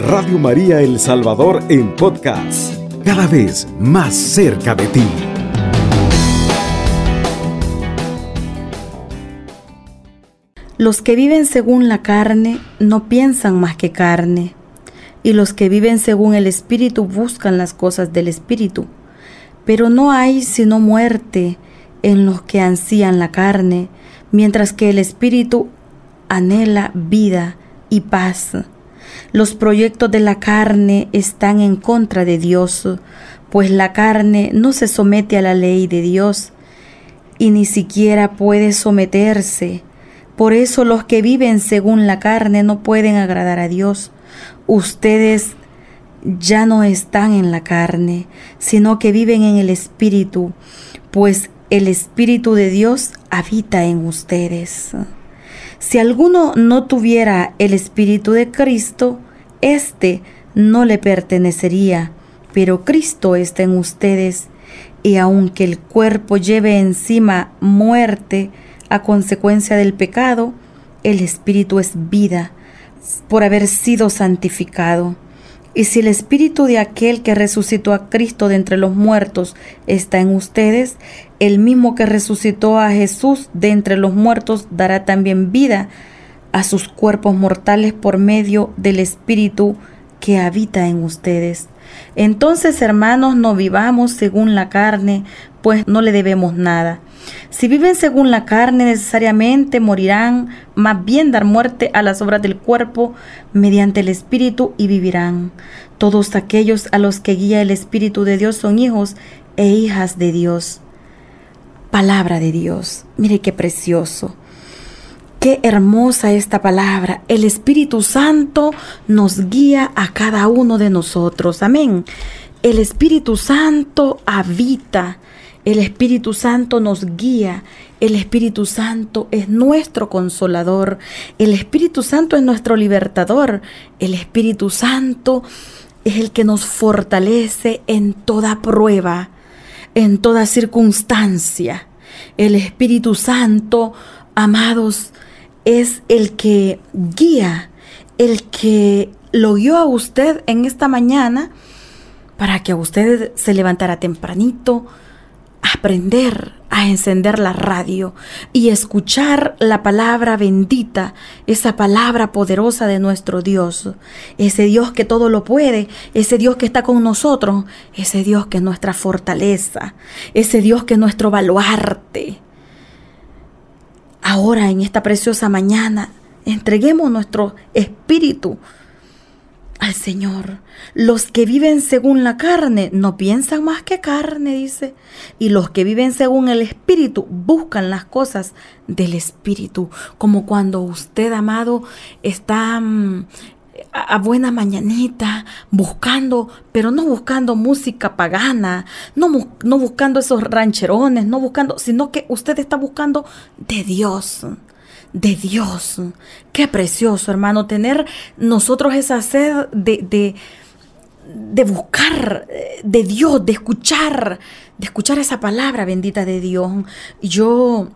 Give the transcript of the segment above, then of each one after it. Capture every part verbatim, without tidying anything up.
Radio María El Salvador en podcast, cada vez más cerca de ti. Los que viven según la carne no piensan más que carne, y los que viven según el Espíritu buscan las cosas del Espíritu. Pero no hay sino muerte en los que ansían la carne, mientras que el Espíritu anhela vida y paz. Los proyectos de la carne están en contra de Dios, pues la carne no se somete a la ley de Dios y ni siquiera puede someterse. Por eso los que viven según la carne no pueden agradar a Dios. Ustedes ya no están en la carne, sino que viven en el Espíritu, pues el Espíritu de Dios habita en ustedes. Si alguno no tuviera el Espíritu de Cristo, éste no le pertenecería, pero Cristo está en ustedes, y aunque el cuerpo lleve encima muerte a consecuencia del pecado, el Espíritu es vida, por haber sido santificado. Y si el Espíritu de aquel que resucitó a Cristo de entre los muertos está en ustedes, el mismo que resucitó a Jesús de entre los muertos dará también vida a sus cuerpos mortales por medio del Espíritu que habita en ustedes. Entonces, hermanos, no vivamos según la carne, pues no le debemos nada. Si viven según la carne, necesariamente morirán, más bien dar muerte a las obras del cuerpo mediante el Espíritu y vivirán. Todos aquellos a los que guía el Espíritu de Dios son hijos e hijas de Dios. Palabra de Dios. Mire qué precioso. Qué hermosa esta palabra. El Espíritu Santo nos guía a cada uno de nosotros. Amén. El Espíritu Santo habita. El Espíritu Santo nos guía. El Espíritu Santo es nuestro consolador. El Espíritu Santo es nuestro libertador. El Espíritu Santo es el que nos fortalece en toda prueba, en toda circunstancia. El Espíritu Santo, amados, es el que guía, el que lo guió a usted en esta mañana para que usted se levantara tempranito, aprender a encender la radio y escuchar la palabra bendita, esa palabra poderosa de nuestro Dios, ese Dios que todo lo puede, ese Dios que está con nosotros, ese Dios que es nuestra fortaleza, ese Dios que es nuestro baluarte. Ahora, en esta preciosa mañana, entreguemos nuestro espíritu al Señor. Los que viven según la carne no piensan más que carne, dice. Y los que viven según el Espíritu buscan las cosas del Espíritu. Como cuando usted, amado, está um, a, a buena mañanita buscando, pero no buscando música pagana, no, no buscando esos rancherones, no buscando, sino que usted está buscando de Dios. De Dios. Qué precioso, hermano, tener nosotros esa sed de, de, de buscar de Dios, de escuchar, de escuchar esa palabra bendita de Dios. Yo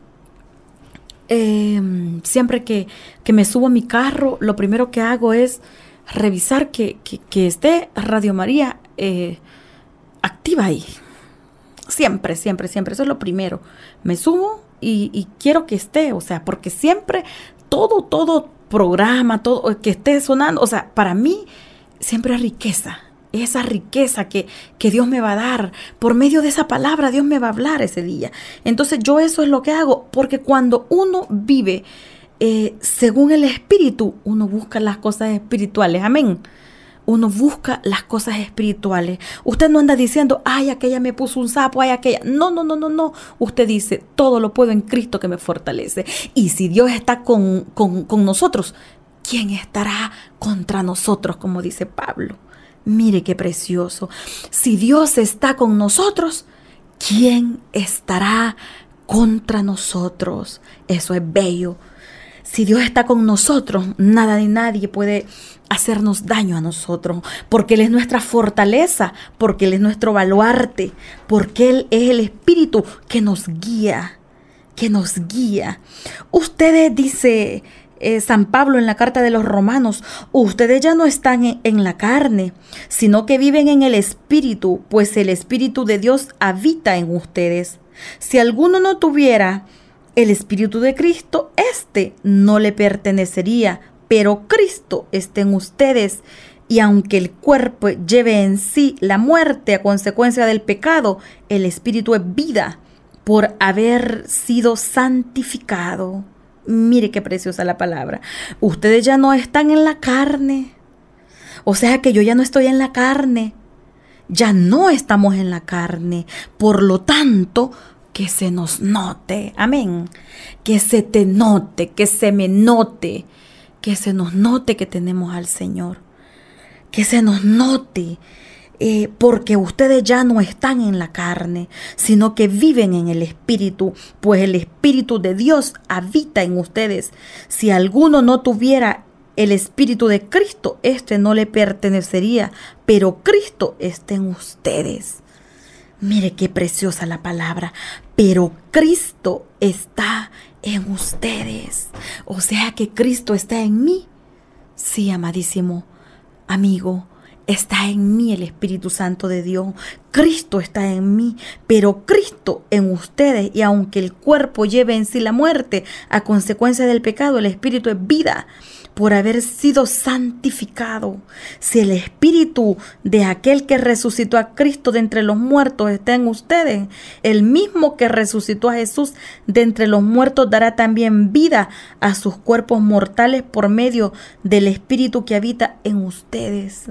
eh, siempre que, que me subo a mi carro, lo primero que hago es revisar que, que, que esté Radio María eh, activa ahí. Siempre, siempre, siempre. Eso es lo primero. Me subo y, y quiero que esté, o sea, porque siempre todo, todo programa, todo que esté sonando, o sea, para mí siempre es riqueza. Esa riqueza que, que Dios me va a dar. Por medio de esa palabra, Dios me va a hablar ese día. Entonces yo eso es lo que hago, porque cuando uno vive eh, según el Espíritu, uno busca las cosas espirituales. Amén. Uno busca las cosas espirituales. Usted no anda diciendo, ay, aquella me puso un sapo, ay, aquella. No, no, no, no, no. Usted dice, todo lo puedo en Cristo que me fortalece. Y si Dios está con, con, con nosotros, ¿quién estará contra nosotros? Como dice Pablo. Mire qué precioso. Si Dios está con nosotros, ¿quién estará contra nosotros? Eso es bello. Si Dios está con nosotros, nada ni nadie puede hacernos daño a nosotros, porque Él es nuestra fortaleza, porque Él es nuestro baluarte, porque Él es el Espíritu que nos guía, que nos guía. Ustedes, dice eh, San Pablo en la carta de los Romanos, ustedes ya no están en, en la carne, sino que viven en el Espíritu, pues el Espíritu de Dios habita en ustedes. Si alguno no tuviera el Espíritu de Cristo, éste no le pertenecería, pero Cristo está en ustedes. Y aunque el cuerpo lleve en sí la muerte a consecuencia del pecado, el Espíritu es vida por haber sido santificado. Mire qué preciosa la palabra. Ustedes ya no están en la carne. O sea que yo ya no estoy en la carne. Ya no estamos en la carne. Por lo tanto, que se nos note. Amén. Que se te note, que se me note. Que se nos note que tenemos al Señor. Que se nos note, eh, porque ustedes ya no están en la carne, sino que viven en el Espíritu, pues el Espíritu de Dios habita en ustedes. Si alguno no tuviera el Espíritu de Cristo, este no le pertenecería, pero Cristo está en ustedes. Mire qué preciosa la palabra, pero Cristo está en ustedes. O sea que Cristo está en mí. Sí, amadísimo amigo, está en mí el Espíritu Santo de Dios. Cristo está en mí, pero Cristo en ustedes. Y aunque el cuerpo lleve en sí la muerte a consecuencia del pecado, el Espíritu es vida por haber sido santificado. Si el Espíritu de aquel que resucitó a Cristo de entre los muertos está en ustedes, el mismo que resucitó a Jesús de entre los muertos dará también vida a sus cuerpos mortales por medio del Espíritu que habita en ustedes.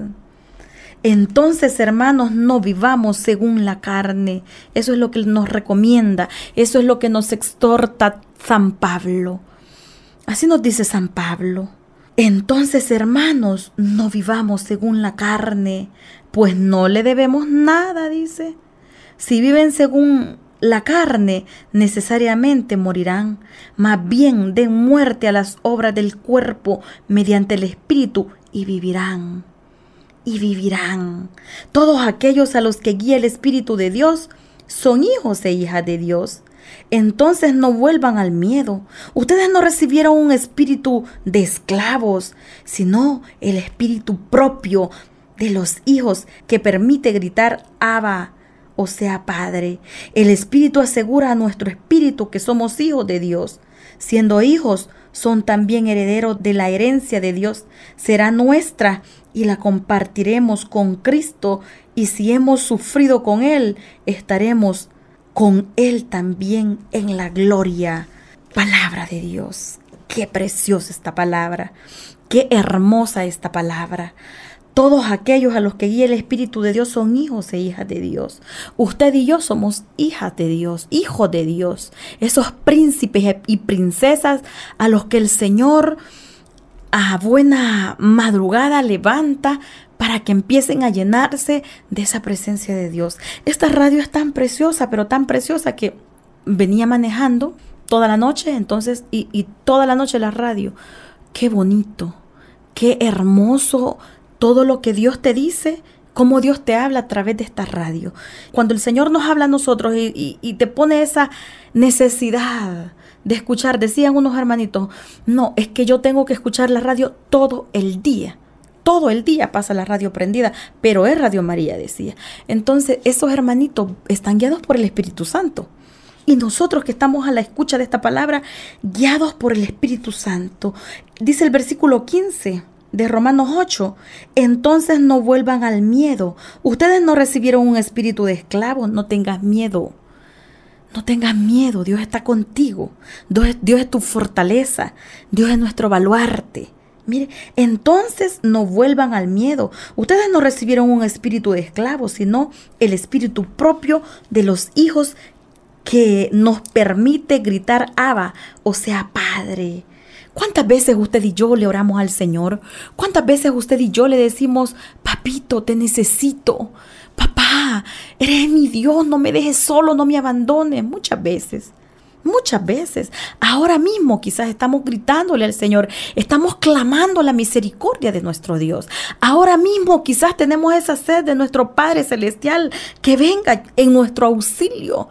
Entonces, hermanos, no vivamos según la carne. Eso es lo que nos recomienda. Eso es lo que nos exhorta San Pablo. Así nos dice San Pablo. Entonces, hermanos, no vivamos según la carne, pues no le debemos nada, dice. Si viven según la carne, necesariamente morirán. Más bien den muerte a las obras del cuerpo mediante el Espíritu y vivirán. Y vivirán. Todos aquellos a los que guía el Espíritu de Dios son hijos e hijas de Dios. Entonces no vuelvan al miedo. Ustedes no recibieron un espíritu de esclavos, sino el espíritu propio de los hijos que permite gritar Abba, o sea, Padre. El Espíritu asegura a nuestro espíritu que somos hijos de Dios. Siendo hijos, son también herederos de la herencia de Dios. Será nuestra y la compartiremos con Cristo. Y si hemos sufrido con Él, estaremos con Él también en la gloria. Palabra de Dios. Qué preciosa esta palabra. Qué hermosa esta palabra. Todos aquellos a los que guía el Espíritu de Dios son hijos e hijas de Dios. Usted y yo somos hijas de Dios, hijos de Dios. Esos príncipes y princesas a los que el Señor a buena madrugada levanta para que empiecen a llenarse de esa presencia de Dios. Esta radio es tan preciosa, pero tan preciosa que venía manejando toda la noche, entonces, y, y toda la noche la radio. Qué bonito, qué hermoso todo lo que Dios te dice, cómo Dios te habla a través de esta radio. Cuando el Señor nos habla a nosotros y, y, y te pone esa necesidad de escuchar, decían unos hermanitos, no, es que yo tengo que escuchar la radio todo el día. Todo el día pasa la radio prendida, pero es Radio María, decía. Entonces, esos hermanitos están guiados por el Espíritu Santo. Y nosotros que estamos a la escucha de esta palabra, guiados por el Espíritu Santo. Dice el versículo quince de Romanos ocho, entonces no vuelvan al miedo. Ustedes no recibieron un espíritu de esclavo, no tengas miedo. No tengas miedo, Dios está contigo. Dios es, Dios es tu fortaleza, Dios es nuestro baluarte. Mire, entonces no vuelvan al miedo. Ustedes no recibieron un espíritu de esclavo, sino el espíritu propio de los hijos que nos permite gritar Abba, o sea, Padre. ¿Cuántas veces usted y yo le oramos al Señor? ¿Cuántas veces usted y yo le decimos, papito, te necesito? Papá, eres mi Dios, no me dejes solo, no me abandones. Muchas veces. Muchas veces, ahora mismo quizás estamos gritándole al Señor, estamos clamando la misericordia de nuestro Dios. Ahora mismo quizás tenemos esa sed de nuestro Padre Celestial que venga en nuestro auxilio.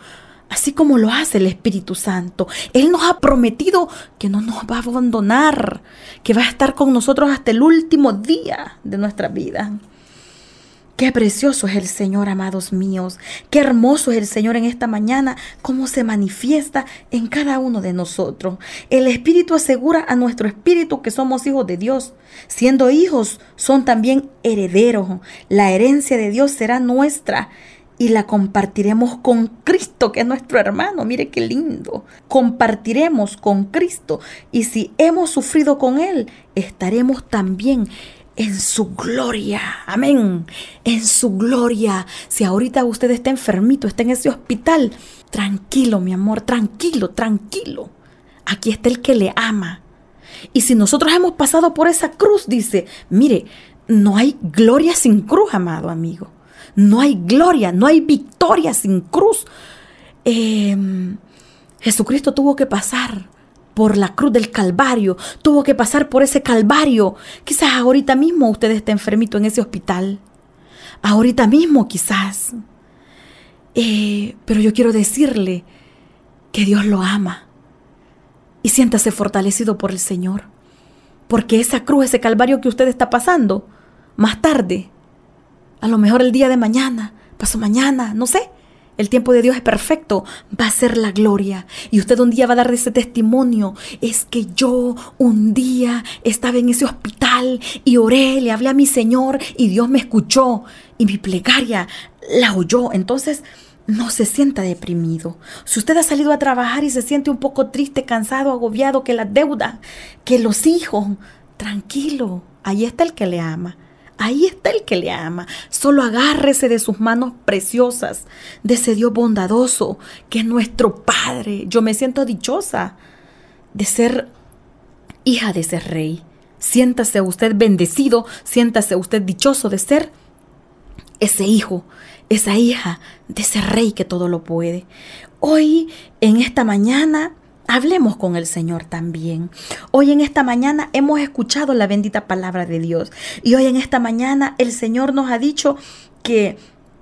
así como lo hace el Espíritu Santo. Él nos ha prometido que no nos va a abandonar, que va a estar con nosotros hasta el último día de nuestra vida. Qué precioso es el Señor, amados míos. Qué hermoso es el Señor en esta mañana, cómo se manifiesta en cada uno de nosotros. El Espíritu asegura a nuestro espíritu que somos hijos de Dios. Siendo hijos, son también herederos. La herencia de Dios será nuestra y la compartiremos con Cristo, que es nuestro hermano. Mire qué lindo. Compartiremos con Cristo. Y si hemos sufrido con Él, estaremos también en su gloria. Amén. En su gloria. Si ahorita usted está enfermito, está en ese hospital, tranquilo, mi amor, tranquilo, tranquilo. Aquí está el que le ama. Y si nosotros hemos pasado por esa cruz, dice, mire, no hay gloria sin cruz, amado amigo. No hay gloria, no hay victoria sin cruz. Eh, Jesucristo tuvo que pasar por la cruz del Calvario, tuvo que pasar por ese Calvario. Quizás ahorita mismo usted está enfermito en ese hospital. Ahorita mismo quizás. Eh, pero yo quiero decirle que Dios lo ama. Y siéntase fortalecido por el Señor. Porque esa cruz, ese Calvario que usted está pasando, más tarde, a lo mejor el día de mañana, pasó mañana, no sé. El tiempo de Dios es perfecto, va a ser la gloria. Y usted un día va a dar ese testimonio. Es que yo un día estaba en ese hospital y oré, le hablé a mi Señor y Dios me escuchó. Y mi plegaria la oyó. Entonces, no se sienta deprimido. Si usted ha salido a trabajar y se siente un poco triste, cansado, agobiado, que la deuda, que los hijos, tranquilo, ahí está el que le ama. Ahí está el que le ama. Solo agárrese de sus manos preciosas, de ese Dios bondadoso que es nuestro Padre. Yo me siento dichosa de ser hija de ese Rey. Siéntase usted bendecido, siéntase usted dichoso de ser ese hijo, esa hija de ese Rey que todo lo puede. Hoy, en esta mañana, hablemos con el Señor también. Hoy en esta mañana hemos escuchado la bendita palabra de Dios. Y hoy en esta mañana el Señor nos ha dicho que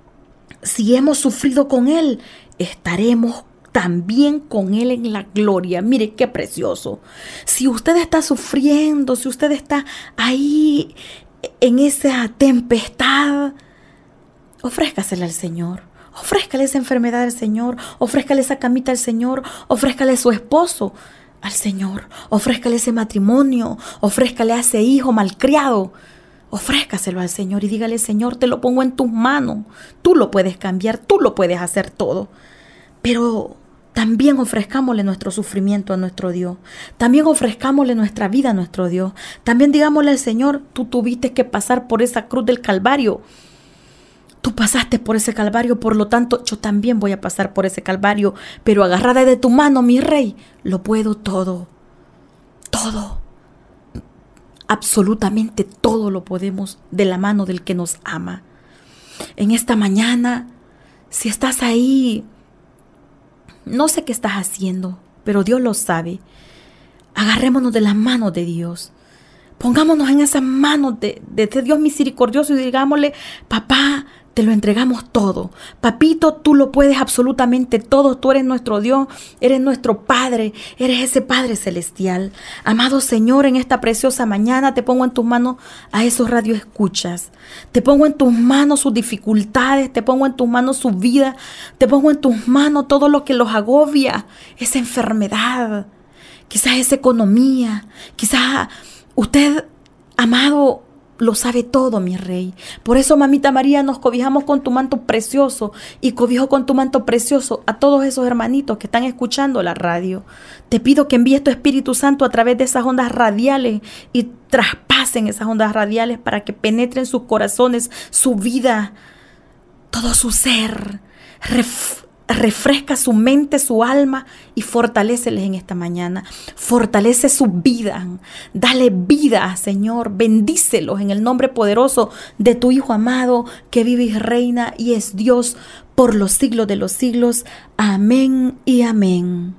si hemos sufrido con Él, estaremos también con Él en la gloria. Mire qué precioso. Si usted está sufriendo, si usted está ahí en esa tempestad, ofrézcasela al Señor. Ofrézcale esa enfermedad al Señor, ofrézcale esa camita al Señor, ofrézcale su esposo al Señor, ofrézcale ese matrimonio, ofrézcale a ese hijo malcriado, ofrézcaselo al Señor y dígale, Señor, te lo pongo en tus manos, tú lo puedes cambiar, tú lo puedes hacer todo. Pero también ofrezcámosle nuestro sufrimiento a nuestro Dios, también ofrezcámosle nuestra vida a nuestro Dios, también digámosle al Señor, tú tuviste que pasar por esa cruz del Calvario. Tú pasaste por ese Calvario, por lo tanto, yo también voy a pasar por ese Calvario, pero agarrada de tu mano, mi Rey, lo puedo todo, todo, absolutamente todo lo podemos de la mano del que nos ama. En esta mañana, si estás ahí, no sé qué estás haciendo, pero Dios lo sabe. Agarrémonos de las manos de Dios. Pongámonos en esas manos de, de este Dios misericordioso y digámosle, papá, te lo entregamos todo. Papito, tú lo puedes absolutamente todo. Tú eres nuestro Dios, eres nuestro Padre, eres ese Padre celestial. Amado Señor, en esta preciosa mañana te pongo en tus manos a esos radioescuchas. Te pongo en tus manos sus dificultades, te pongo en tus manos su vida, te pongo en tus manos todo lo que los agobia, esa enfermedad, quizás esa economía, quizás usted, amado, lo sabe todo, mi Rey. Por eso, Mamita María, nos cobijamos con tu manto precioso y cobijo con tu manto precioso a todos esos hermanitos que están escuchando la radio. Te pido que envíes tu Espíritu Santo a través de esas ondas radiales y traspasen esas ondas radiales para que penetren sus corazones, su vida, todo su ser. Ref Refresca su mente, su alma y fortaléceles en esta mañana. Fortalece su vida. Dale vida, Señor. Bendícelos en el nombre poderoso de tu Hijo amado que vive y reina y es Dios por los siglos de los siglos. Amén y amén.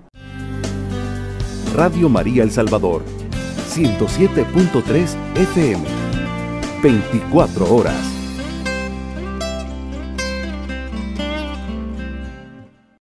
Radio María El Salvador, ciento siete punto tres F M, veinticuatro horas.